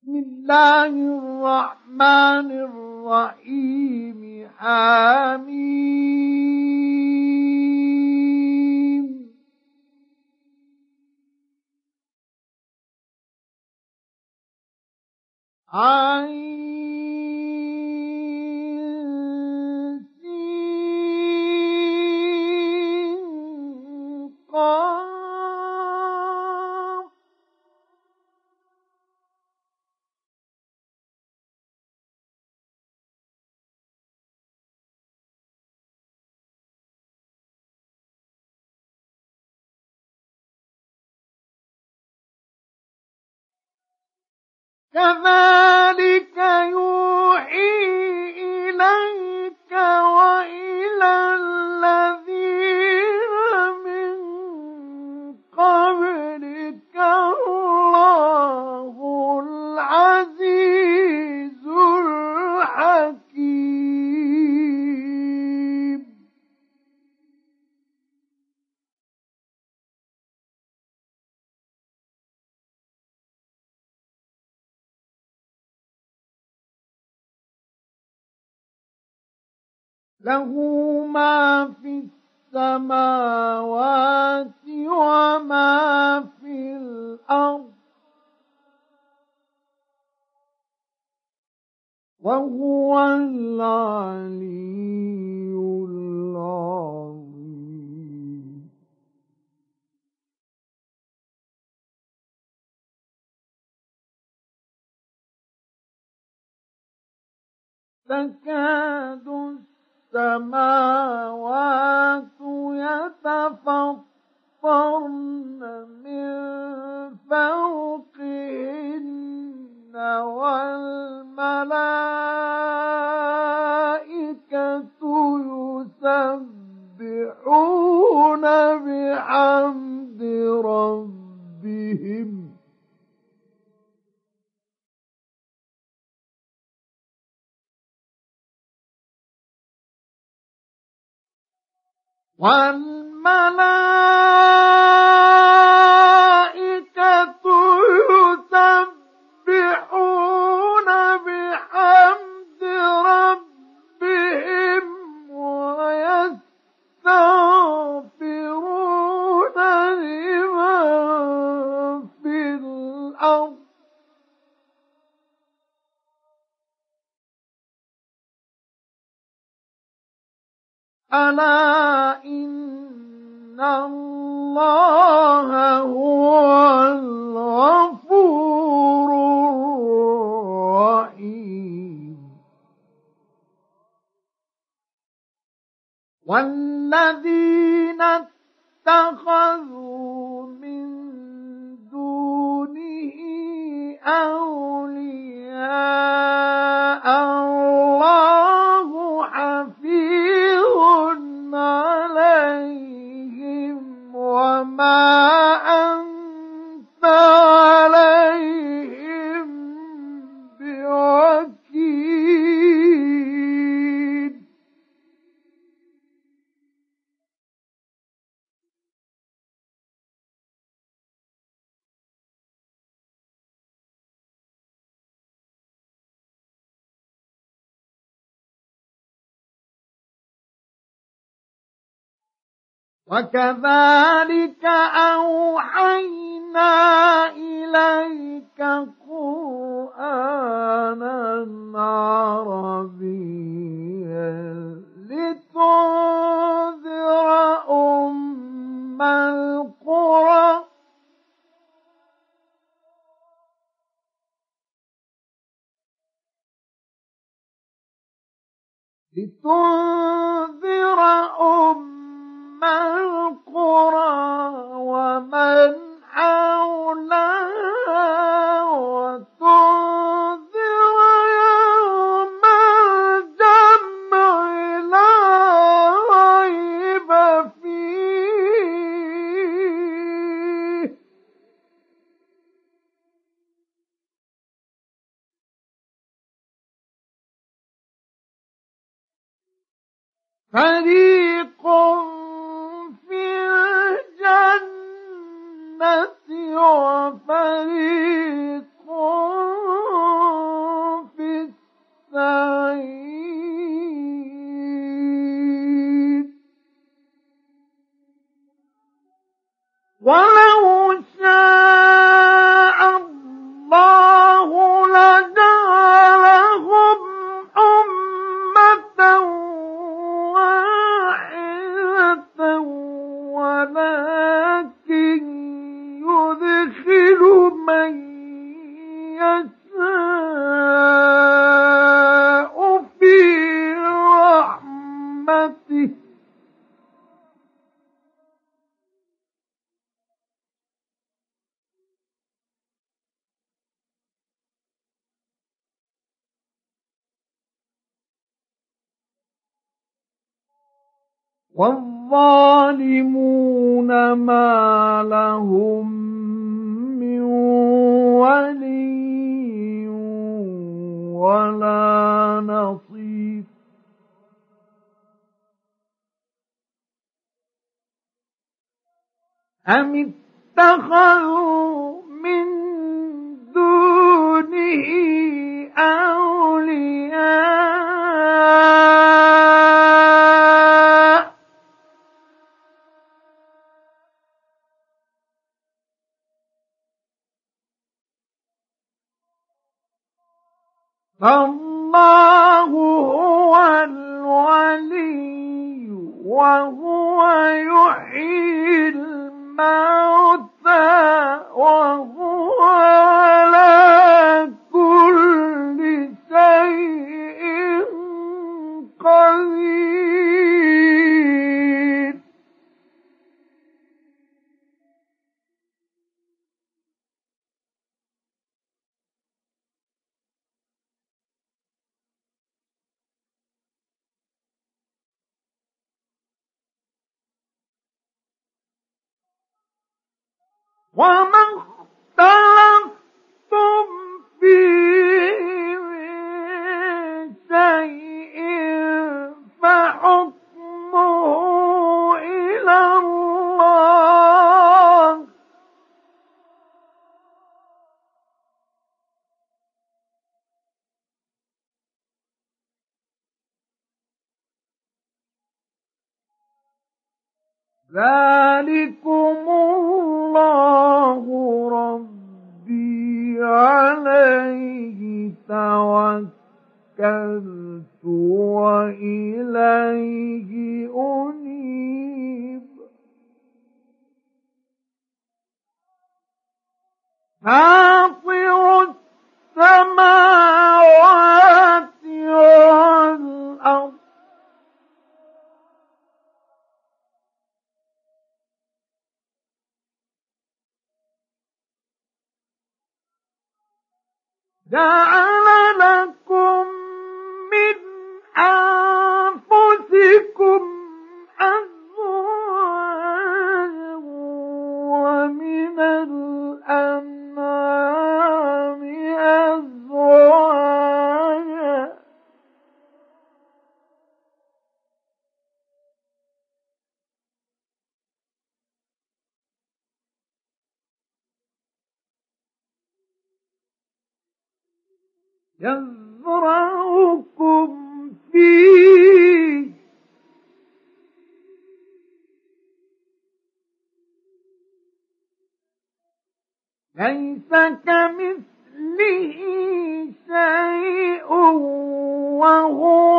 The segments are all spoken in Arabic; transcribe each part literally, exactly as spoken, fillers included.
بسم الله الرحمن الرحيم حميم عين سين قاف كذلك يوحي إليك وإلى الذين من قبلك الله العزيز الحكيم له ما في السماوات وما في الأرض وهو العلي العظيم تكاد السماوات يتفطرن من فوقهن والملائكة يسبحون بحمد ربهم والملائكة يسبحون بحمد ربهم ويستغفرون لمن في الأرض ألا إن الله هو الغفور الرحيم والذين اتخذوا من دونه أولياء الله حفيظ عليهم وما أنت عليهم بوكيل وكذلك أوحينا إليك قرآنا عربيا لتنذر أم القرى لتنذر أم القرى ومن حولها وتنذر يوم الجمع لا ريب فيه فريق في الجنة وفريق والظالمون ما لهم من ولي ولا نصير أم اتخذوا من دونه أولياء فالله هو الولي وهو يحيي الموتى وهو على كل شيء قدير وما اختلفتم فيه من شيء فحكمه إلى الله ذلكم الله ربي عليه توكلت وإليه أنيب فاطر السماوات والأرض جعل لكم من أنفسكم أزواجا ومن الأنعام أزواجا يزرعكم فيه ليس كمثله شيء وهو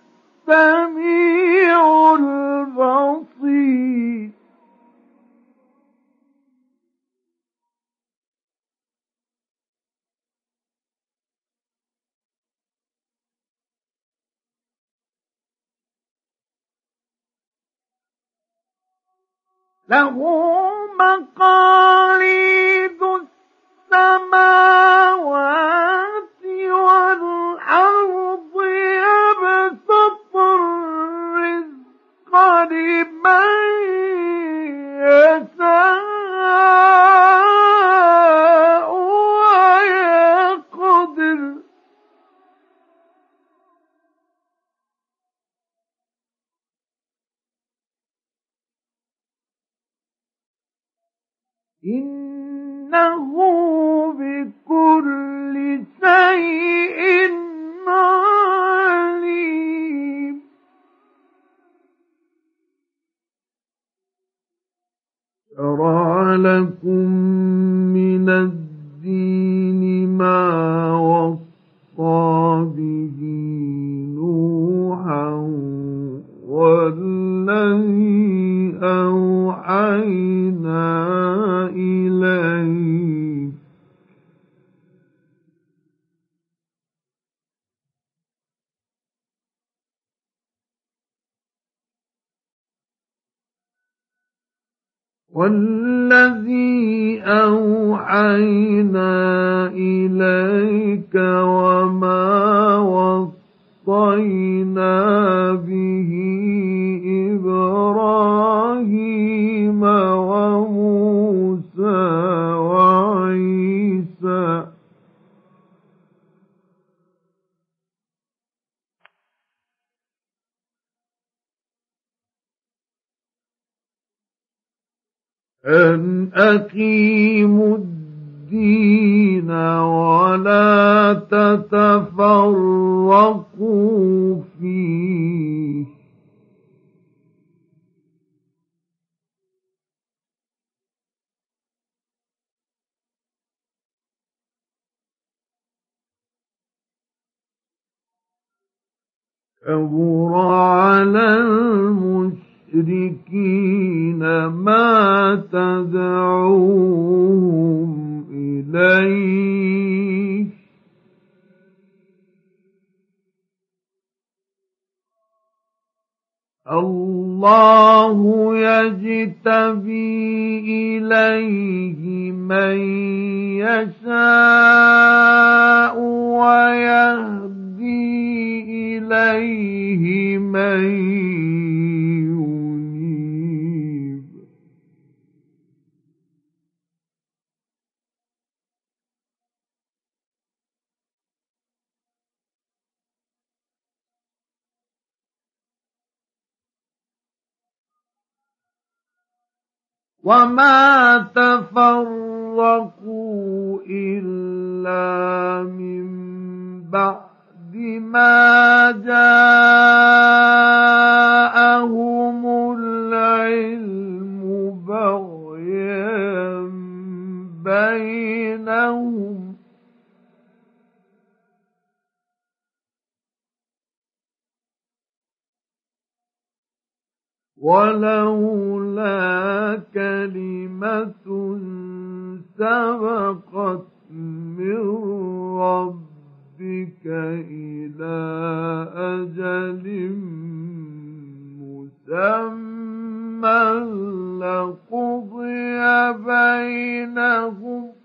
السميع البصير له مقاليد السماوات والأرض يبسط الرزق لمن يشاء ويقدر إنه بكل شيء عليم شرع لكم من الدين ما وصى به نوحا والذي أوحينا إليك والذي أوحينا إليك وما وصينا به إبراهيم أن أقيموا الدين ولا تتفرقوا فيه كبر على المشركين ما تدعوهم إليه الله يجتبي إليه من يشاء ويهدي إليه من ينيب وما تفرقوا إلا من بعد ما جاءهم العلم بغيا بينهم ولولا كلمة سبقت من ربك إلى أجل مسمى لقضي بينهم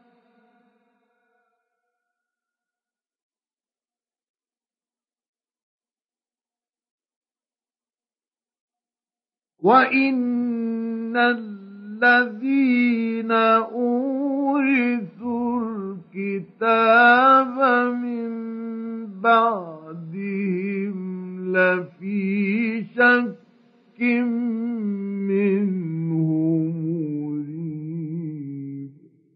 وإن الذين أورثوا الكتاب من بعدهم لفي شك منه مريب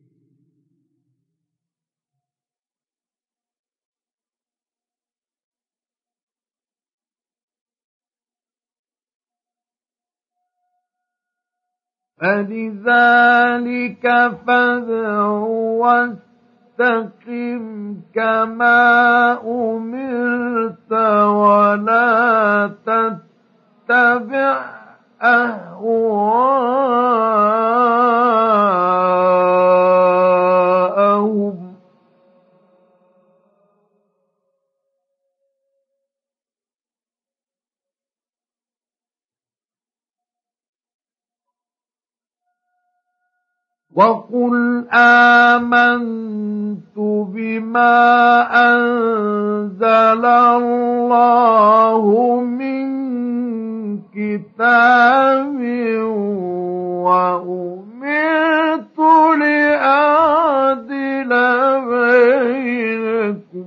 فلذلك فادع واستقم كما أمرت ولا تتبع أهواءهم وقل آمنت بما أنزل الله من كتاب وأمرت لأعدل بينكم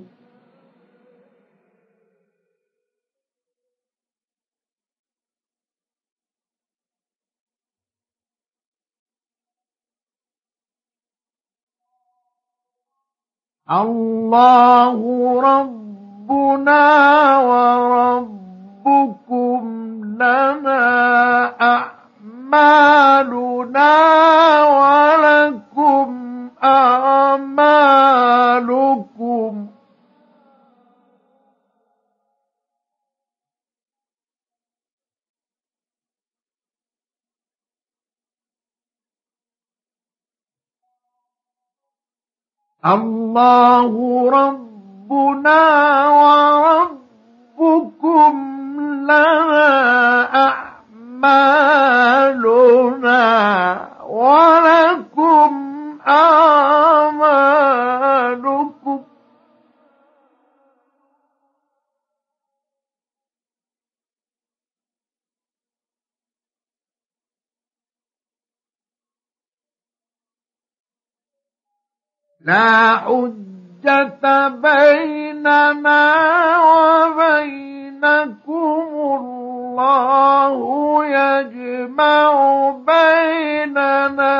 الله ربنا وربكم لنا أعمالنا ولكم أعمالكم الله ربنا وربكم لنا أعمالنا ولكم أعمالكم لا حجة بيننا وبينكم الله الله يجمع بيننا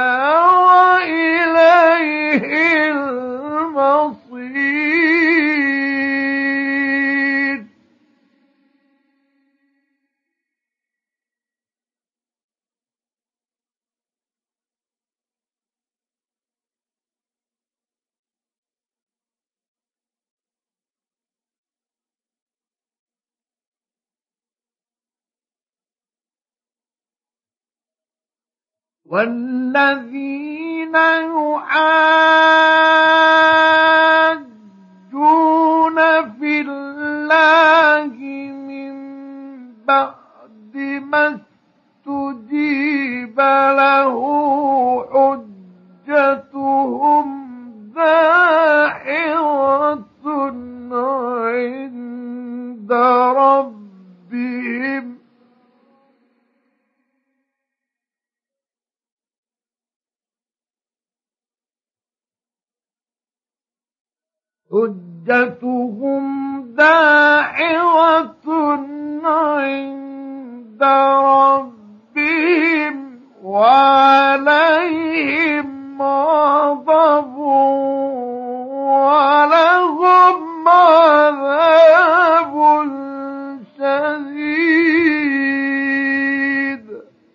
وإليه المصير. والذين يحاجون في الله من بعد ما استجيب له حجتهم داحضة عند ربهم حجتهم داحضة عند ربهم وعليهم غضب ولهم عذاب شديد.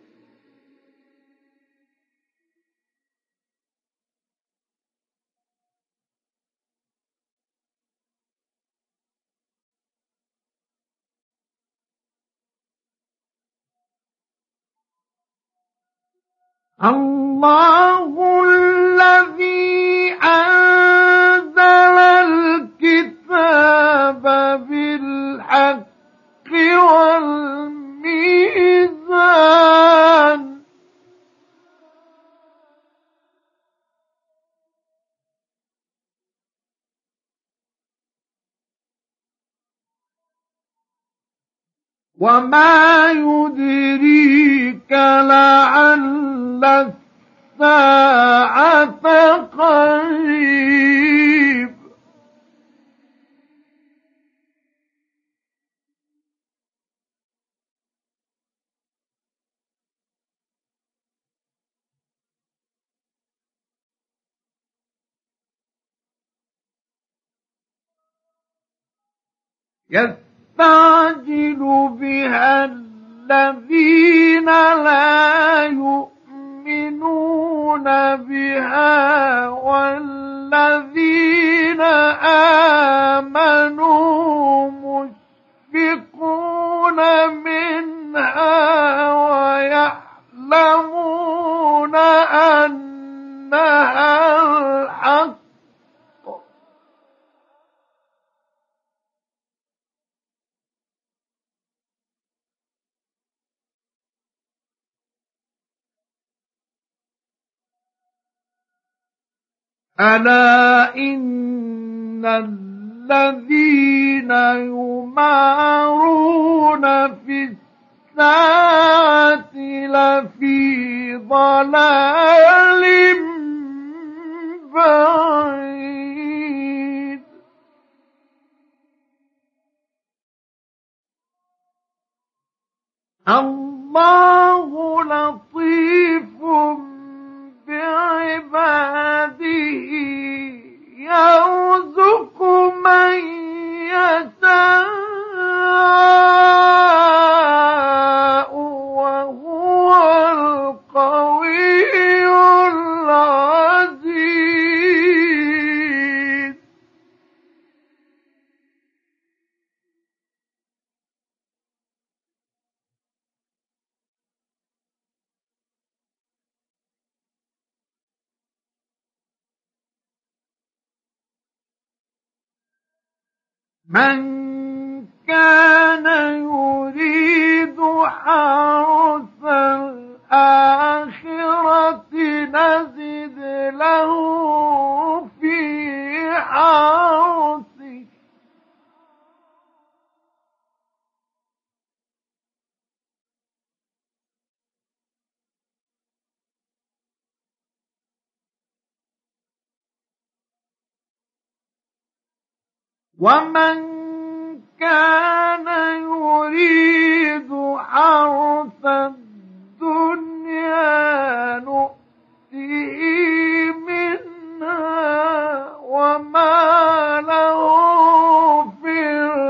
الله الذي أنزل الكتاب بالحق والميزان وما يدريك لعل الساعة قريب. يستعجل بها الذين لا يؤمنون بها والذين آمنوا مشفقون منها ويعلمون أنها الحق. ألا إن الذين يمارون في الساعة لفي ضلال بعيد. الله لطيف بعباده يرزق من يشاء وهو القوي العزيز. من كان يريد حرث الآخرة نزد له في حرثه ومن كان يريد حرث الدنيا نؤته منها وما له في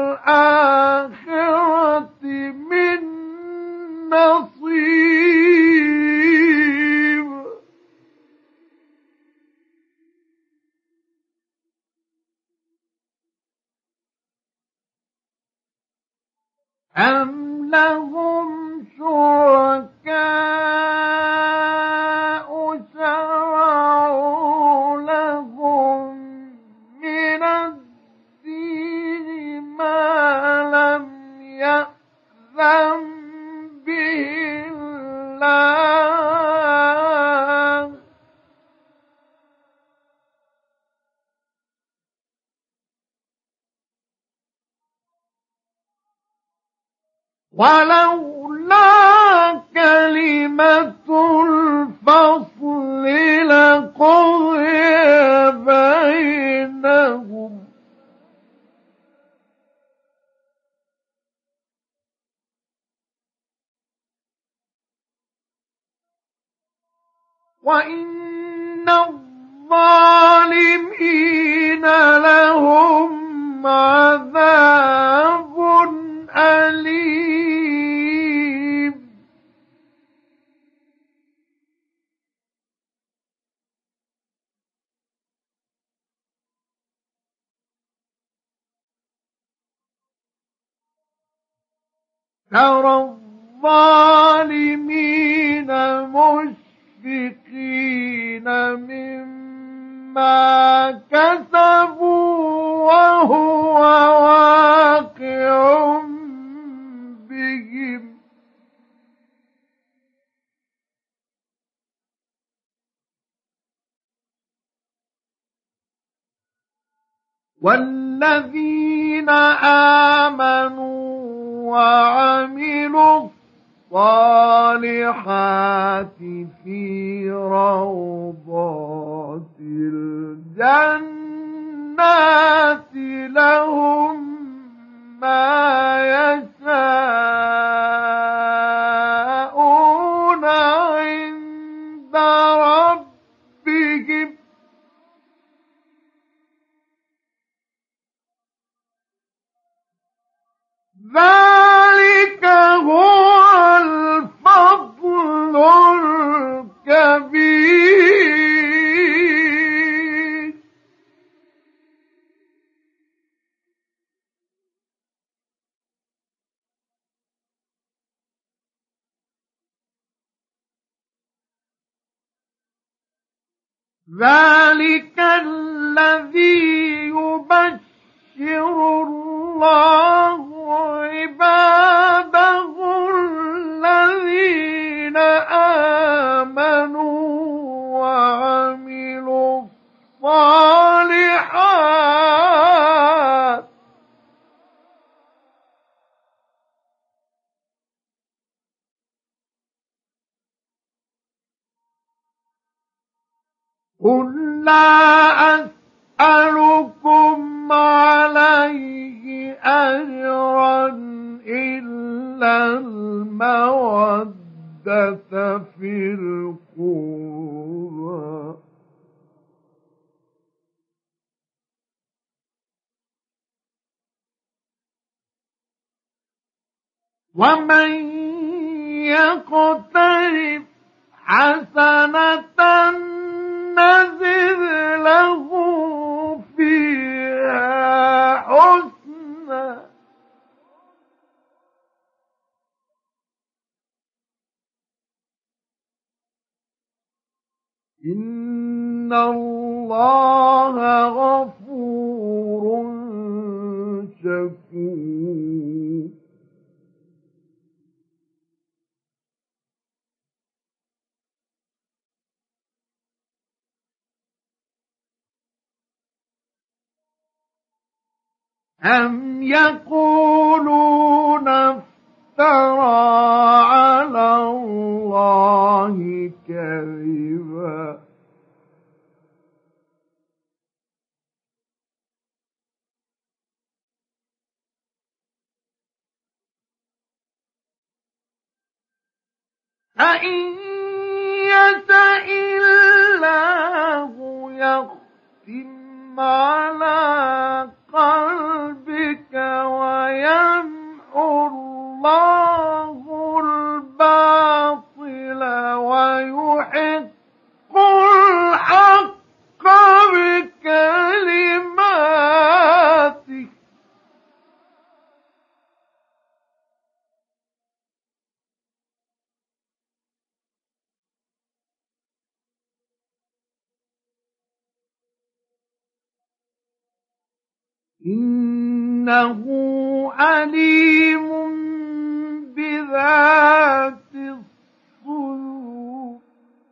الآخرة من نصيب. أم لهم شركاء شرعوا لهم من الدين ما لم يأذن به الله ولولا كلمة الفصل لقضي بينهم وإن الظالمين لهم عذاب أليم. ترى الظالمين مشفقين مما كسبوا وهو واقع بهم والذين آمنوا وعملوا الصالحات في روضات الجنات لهم ما يشاءون عند ربهم ذلك هو الفضل الكبير. ذلك الذي يبشر الله عباده الذين آمنوا وعملوا الصالحات قل لا أسألكم عليه أجرا إلا المودة في القربى ومن يقترف حسنة نزد له فيها حسنا إن الله غفور شكور. أم يقولون افترى على الله كذبا فإن يشأ الله يختم على قلبك ويمحو الله الباطل ويحق الحق بكلماته إنه عليم بذات الصدور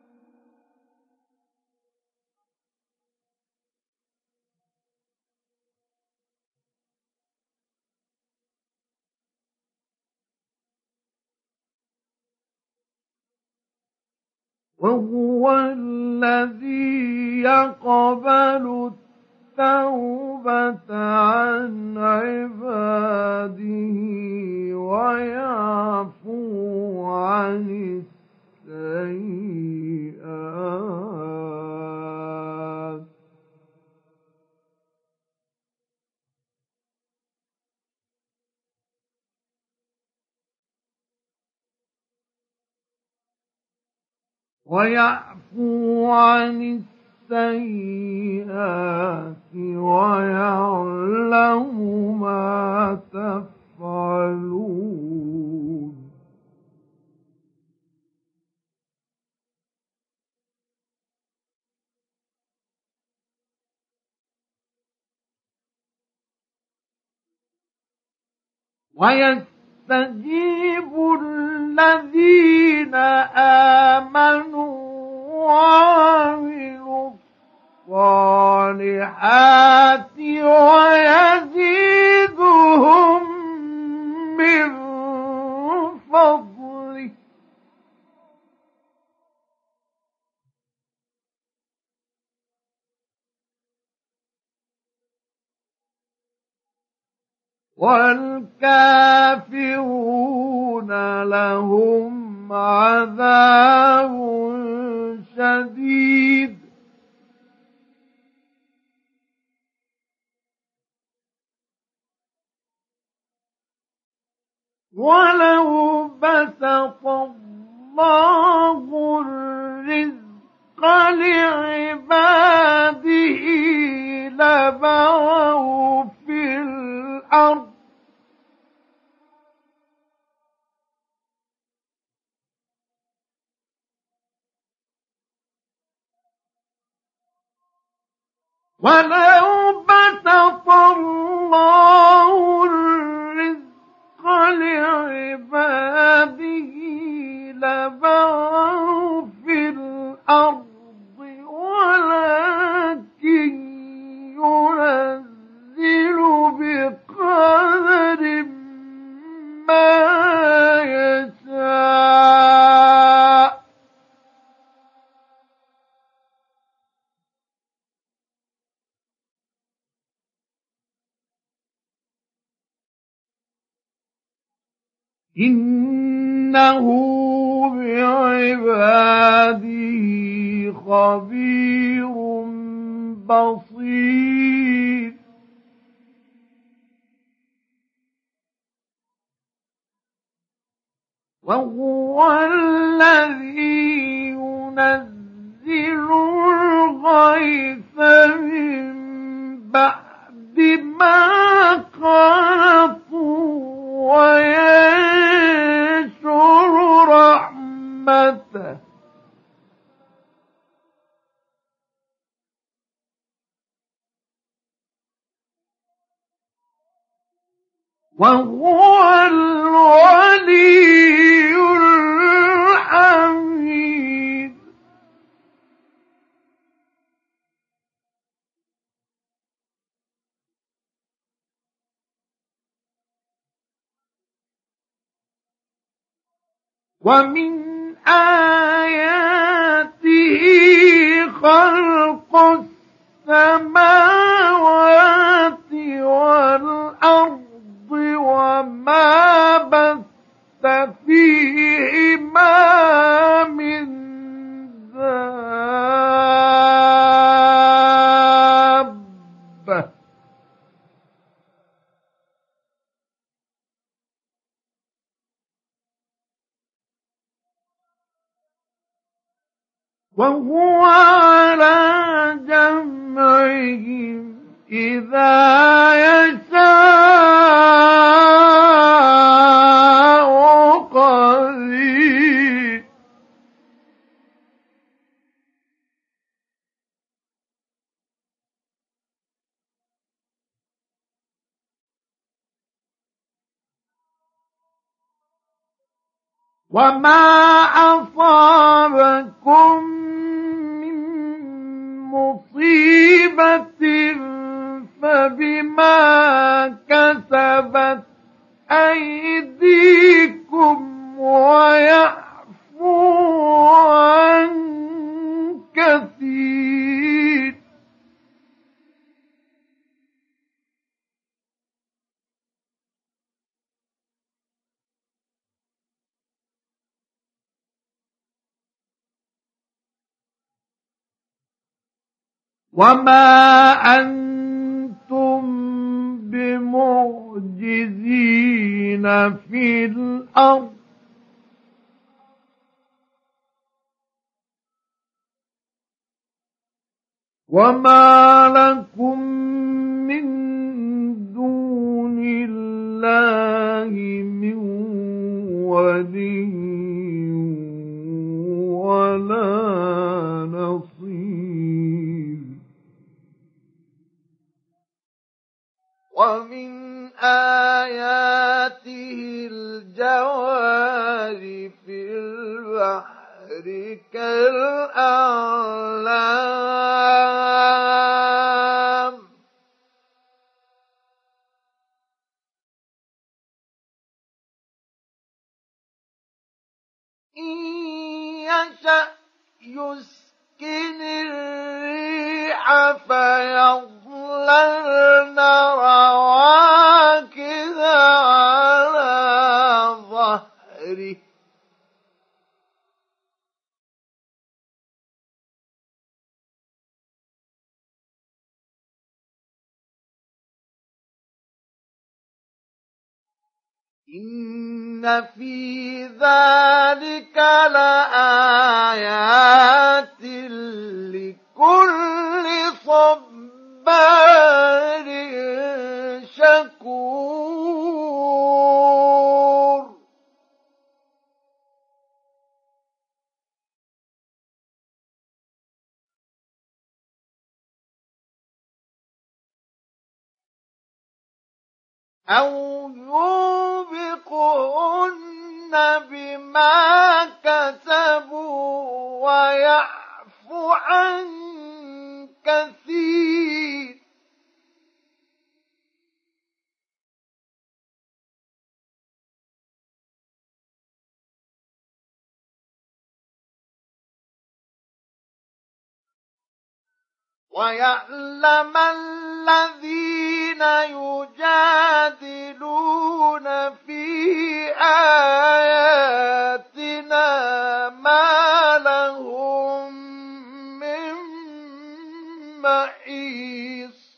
وهو الذي يقبل التوبة عن عباده ويعفو عن السيئات ويعفو عن السيئات ويعلم ما تفعلون ويستجيب الذين آمنوا وعملوا الصالحات ويزيدهم من فضله والكافرون لهم عذاب شديد ولو بسط الله الرزق لعباده لبغوا في الأرض ولو بسط الله الرزق لعباده لبغوا في الأرض ولكن ينزل بقدر ما يشاء إنه بعباده خبير بصير وهو الذي ينزل الغيث من بعد ما قنطوا وينشر رحمته وهو الولي الحميد ومن آياته خلق السماوات والأرض وما بث فيهما ربه وهو على جمعهم إذا يشاء قدير وما أصابكم من مصيبة فبما كسبت أيديكم ويعفو عن كثير وما أنتم بمعجزين في الأرض وما لكم من دون الله من ولي ولا نصير ومن آياته الجوار في البحر كالأعلام إن يشأ يسكن الريح فيظللن رواكد على ظهره إن في ذلك لآيات لكل صبار شكور أو يوبقهن بما كسبوا ويعفو عن كثير ويعلم الذين يجادلون في آياتنا ما لهم من محيص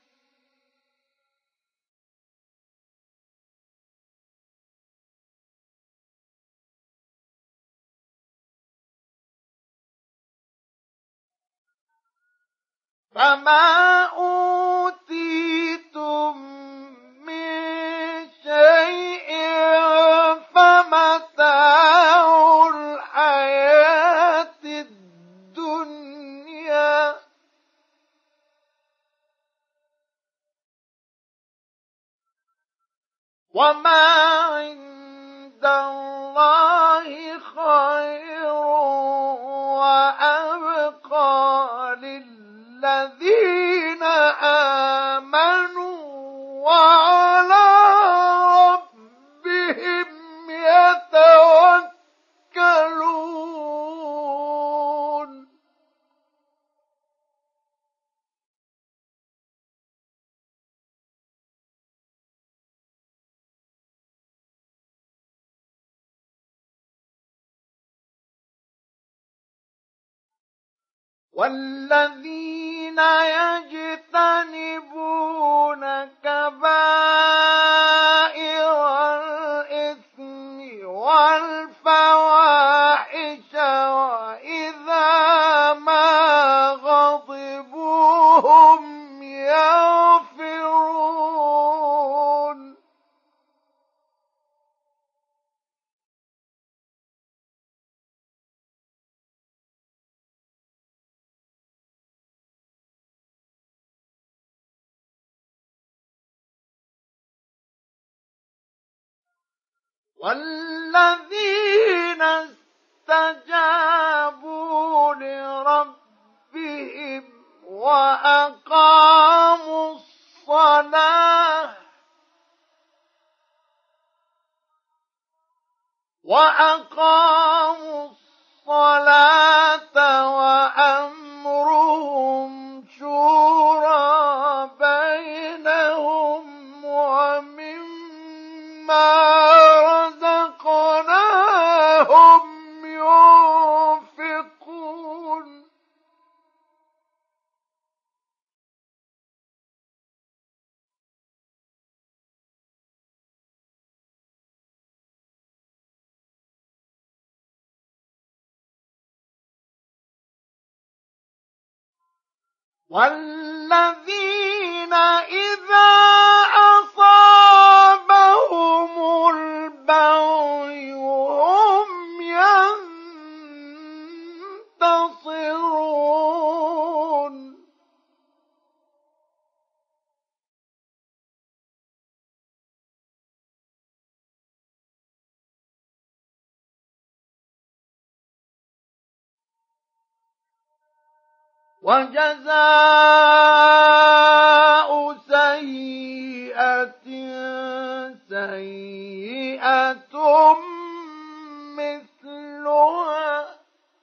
فما أوتيتم من شيء فمتاع الحياة الدنيا وما عند الله خير وأبقى للذين آمنوا وعلى ربهم يتوكلون والذين يجتنبون يغفرون والذين استجابوا لربهم وأقاموا الصلاة وأقاموا الصلاة وأمرهم شورى بينهم ومما رزقناهم ينفقون والذين إذا أصابهم البغي هم ينتصرون وجزاء سيئة سيئة مثلها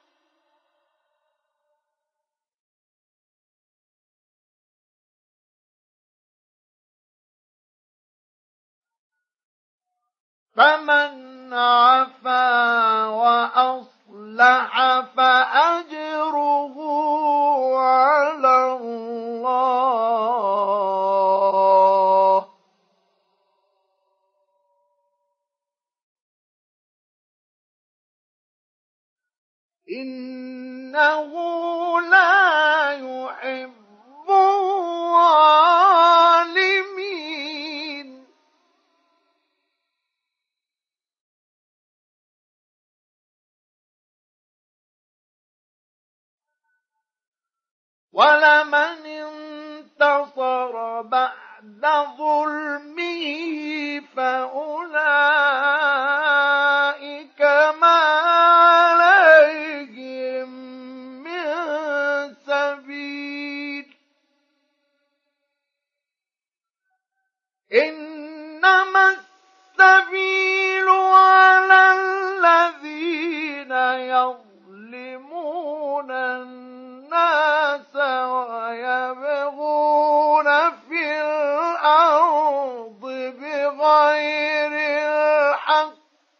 فمن عفا وأصلح فأجره على الله إنه لا يحب الظالمين ولمن انتصر بعد ظلمه فأولئك ما عليهم من سبيل إنما السبيل على الذين يظلمون الناس ويبغون في الأرض بغير الحق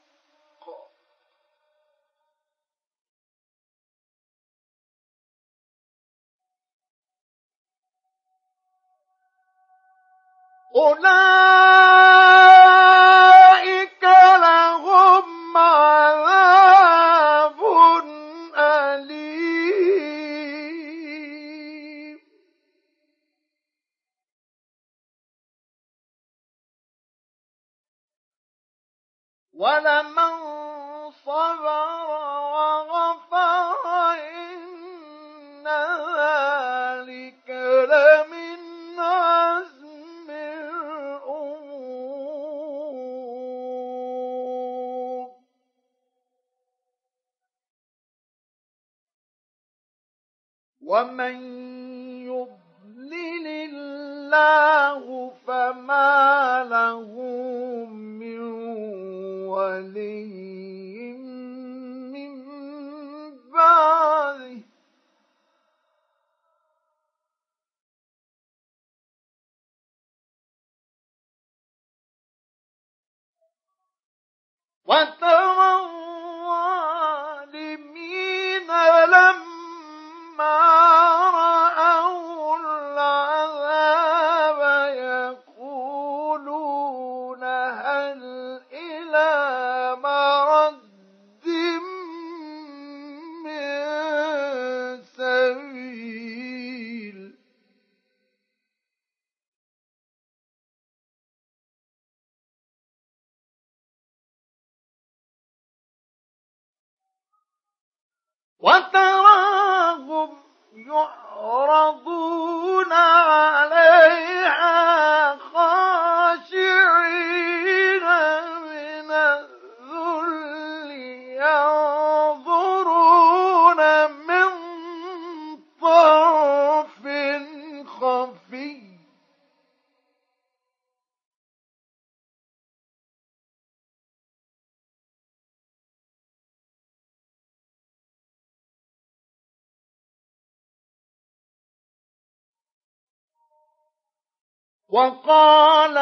أولئك لهم عذاب أليم ولمن صبر وغفر إن ذلك لمن عزم الأمور ومن يضلل الله فما له من ولي من بعده وترى الظالمين لما رأوا العذاب يقولون هل إلى مرد من سبيل وتراهم يعرضون عليها خاشعين من الذل ينظرون من طرف خفي وقال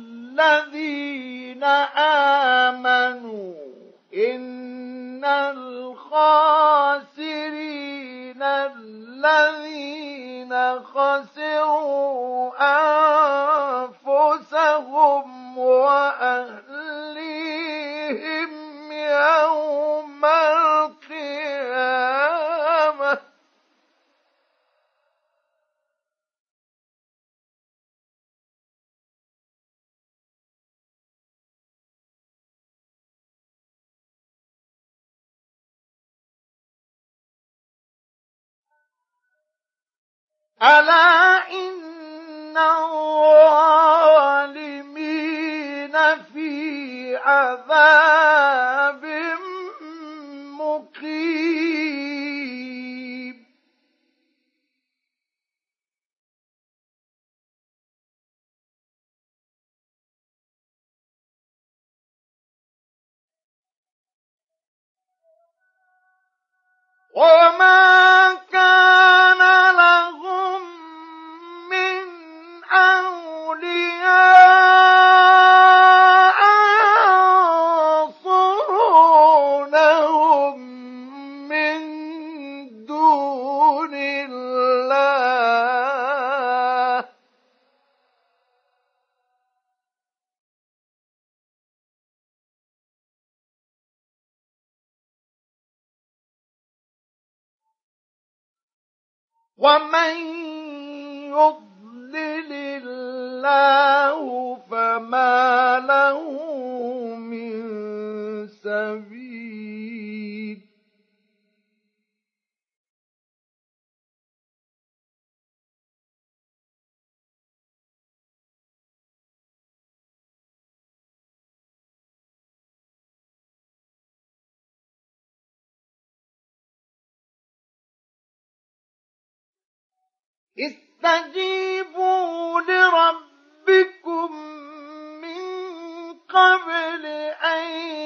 الذين آمنوا إن الخاسرين الذين خسروا أنفسهم وأهليهم يوم القيامة ألا إن الظالمين في عذاب مقيم وما كان لهم من أولياء ينصرونهم من دون الله ومن يضلل الله فما له من سبيل استجيبوا لربكم من قبل أن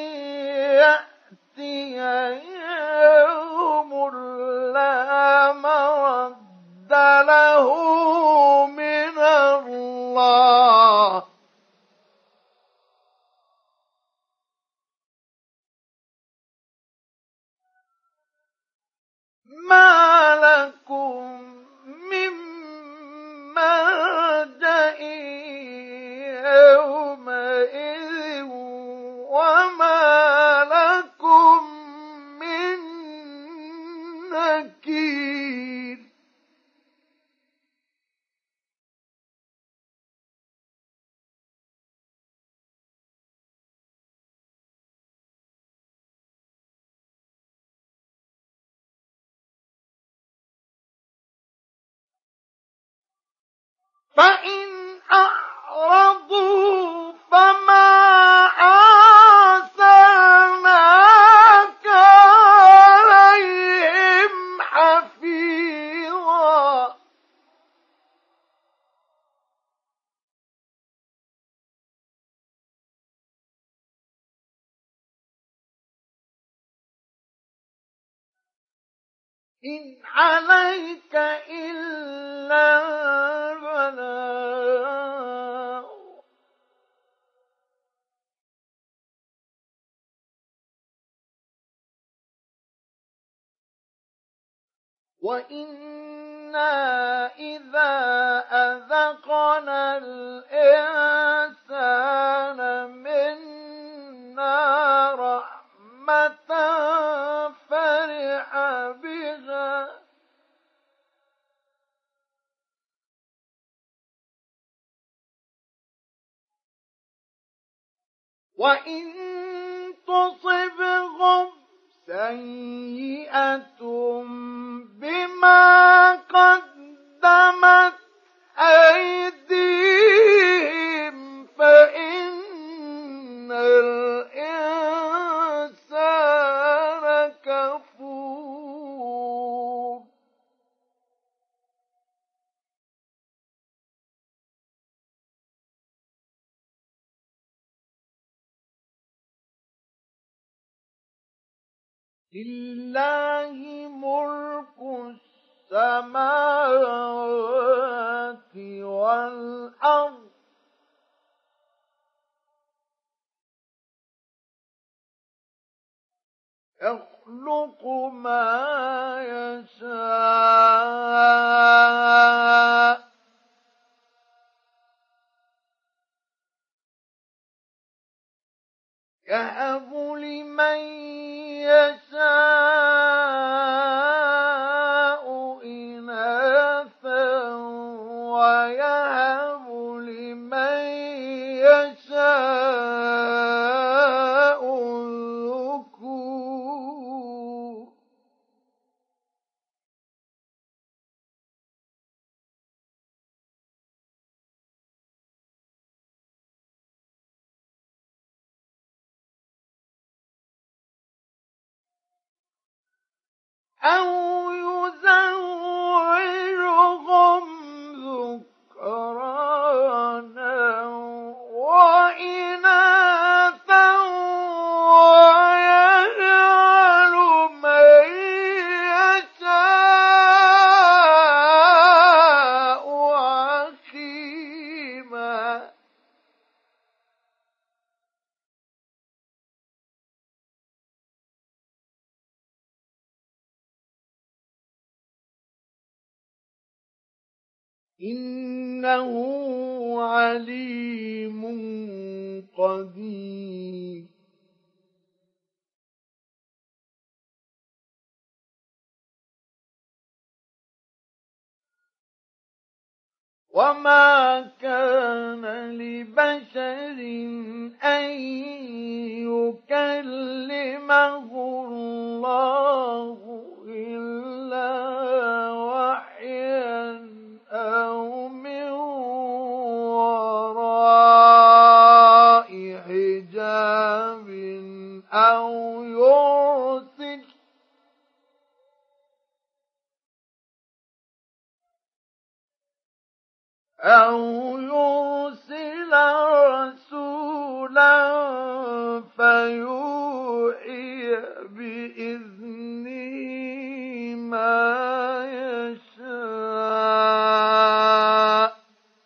يأتي يوم لا مرد له من الله ما لكم من ملجأ يومئذ وما لكم من نكير فإن أعرضوا فما أرسلناك عليهم حفيظا إن عليك إلا البلاغ وإنا إذا أذقنا الإنسان منا رحمة فرح بها وإن تصبهم سيئة بما قدمت أيديهم فإن الإنسان كفور لله ملك السماوات والأرض يخلق ما يشاء يهب لمن يشاء إناثا ويهب لمن يشاء الذكور أو يزوجهم ذكرانا وإناثا ويجعل من يشاء عقيما إنه عليم قدير وما كان لبشر أن يكلمه الله إلا وحيا أو من وراء حجاب أو يرسل أو يرسل رسولا فيوحي بإذنه ما يشاء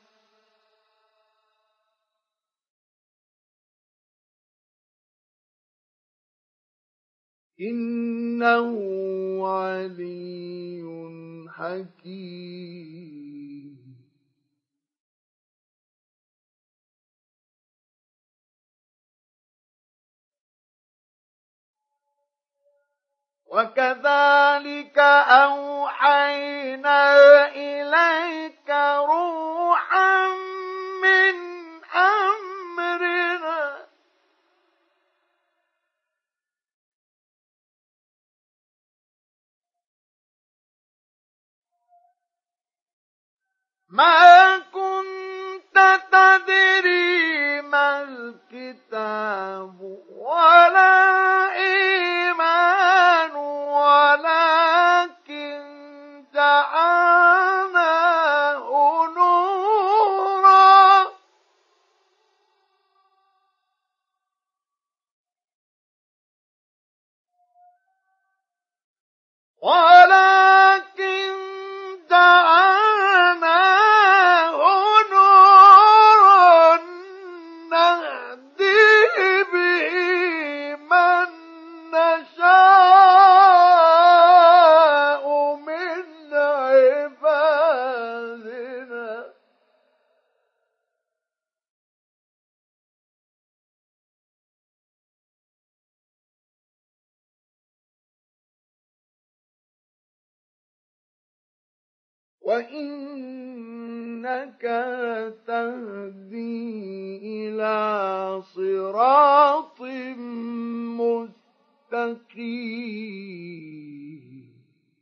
إنه علي حكيم وكذلك أوحينا إليك روحا من أمرنا ما كنت تدري ما الكتاب ولا إيمان ولكن جعلناه نورا ولكن جعلناه نورا نهدي به من نشاء من عبادنا وإنك تهدي إلى صراط مستقيم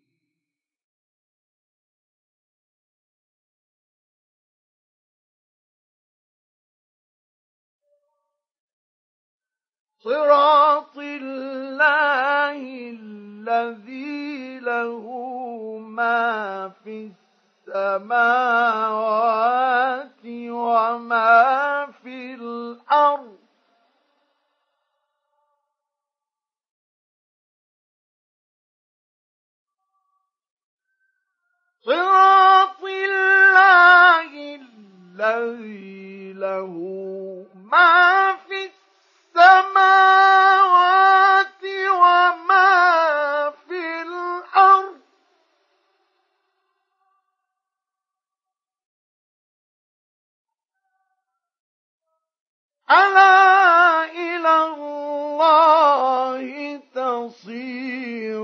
صراط الله الذي له ما في السماوات وما في الأرض صراط الله الذي له ما في السماوات وما في الأرض ألا إلى الله تصير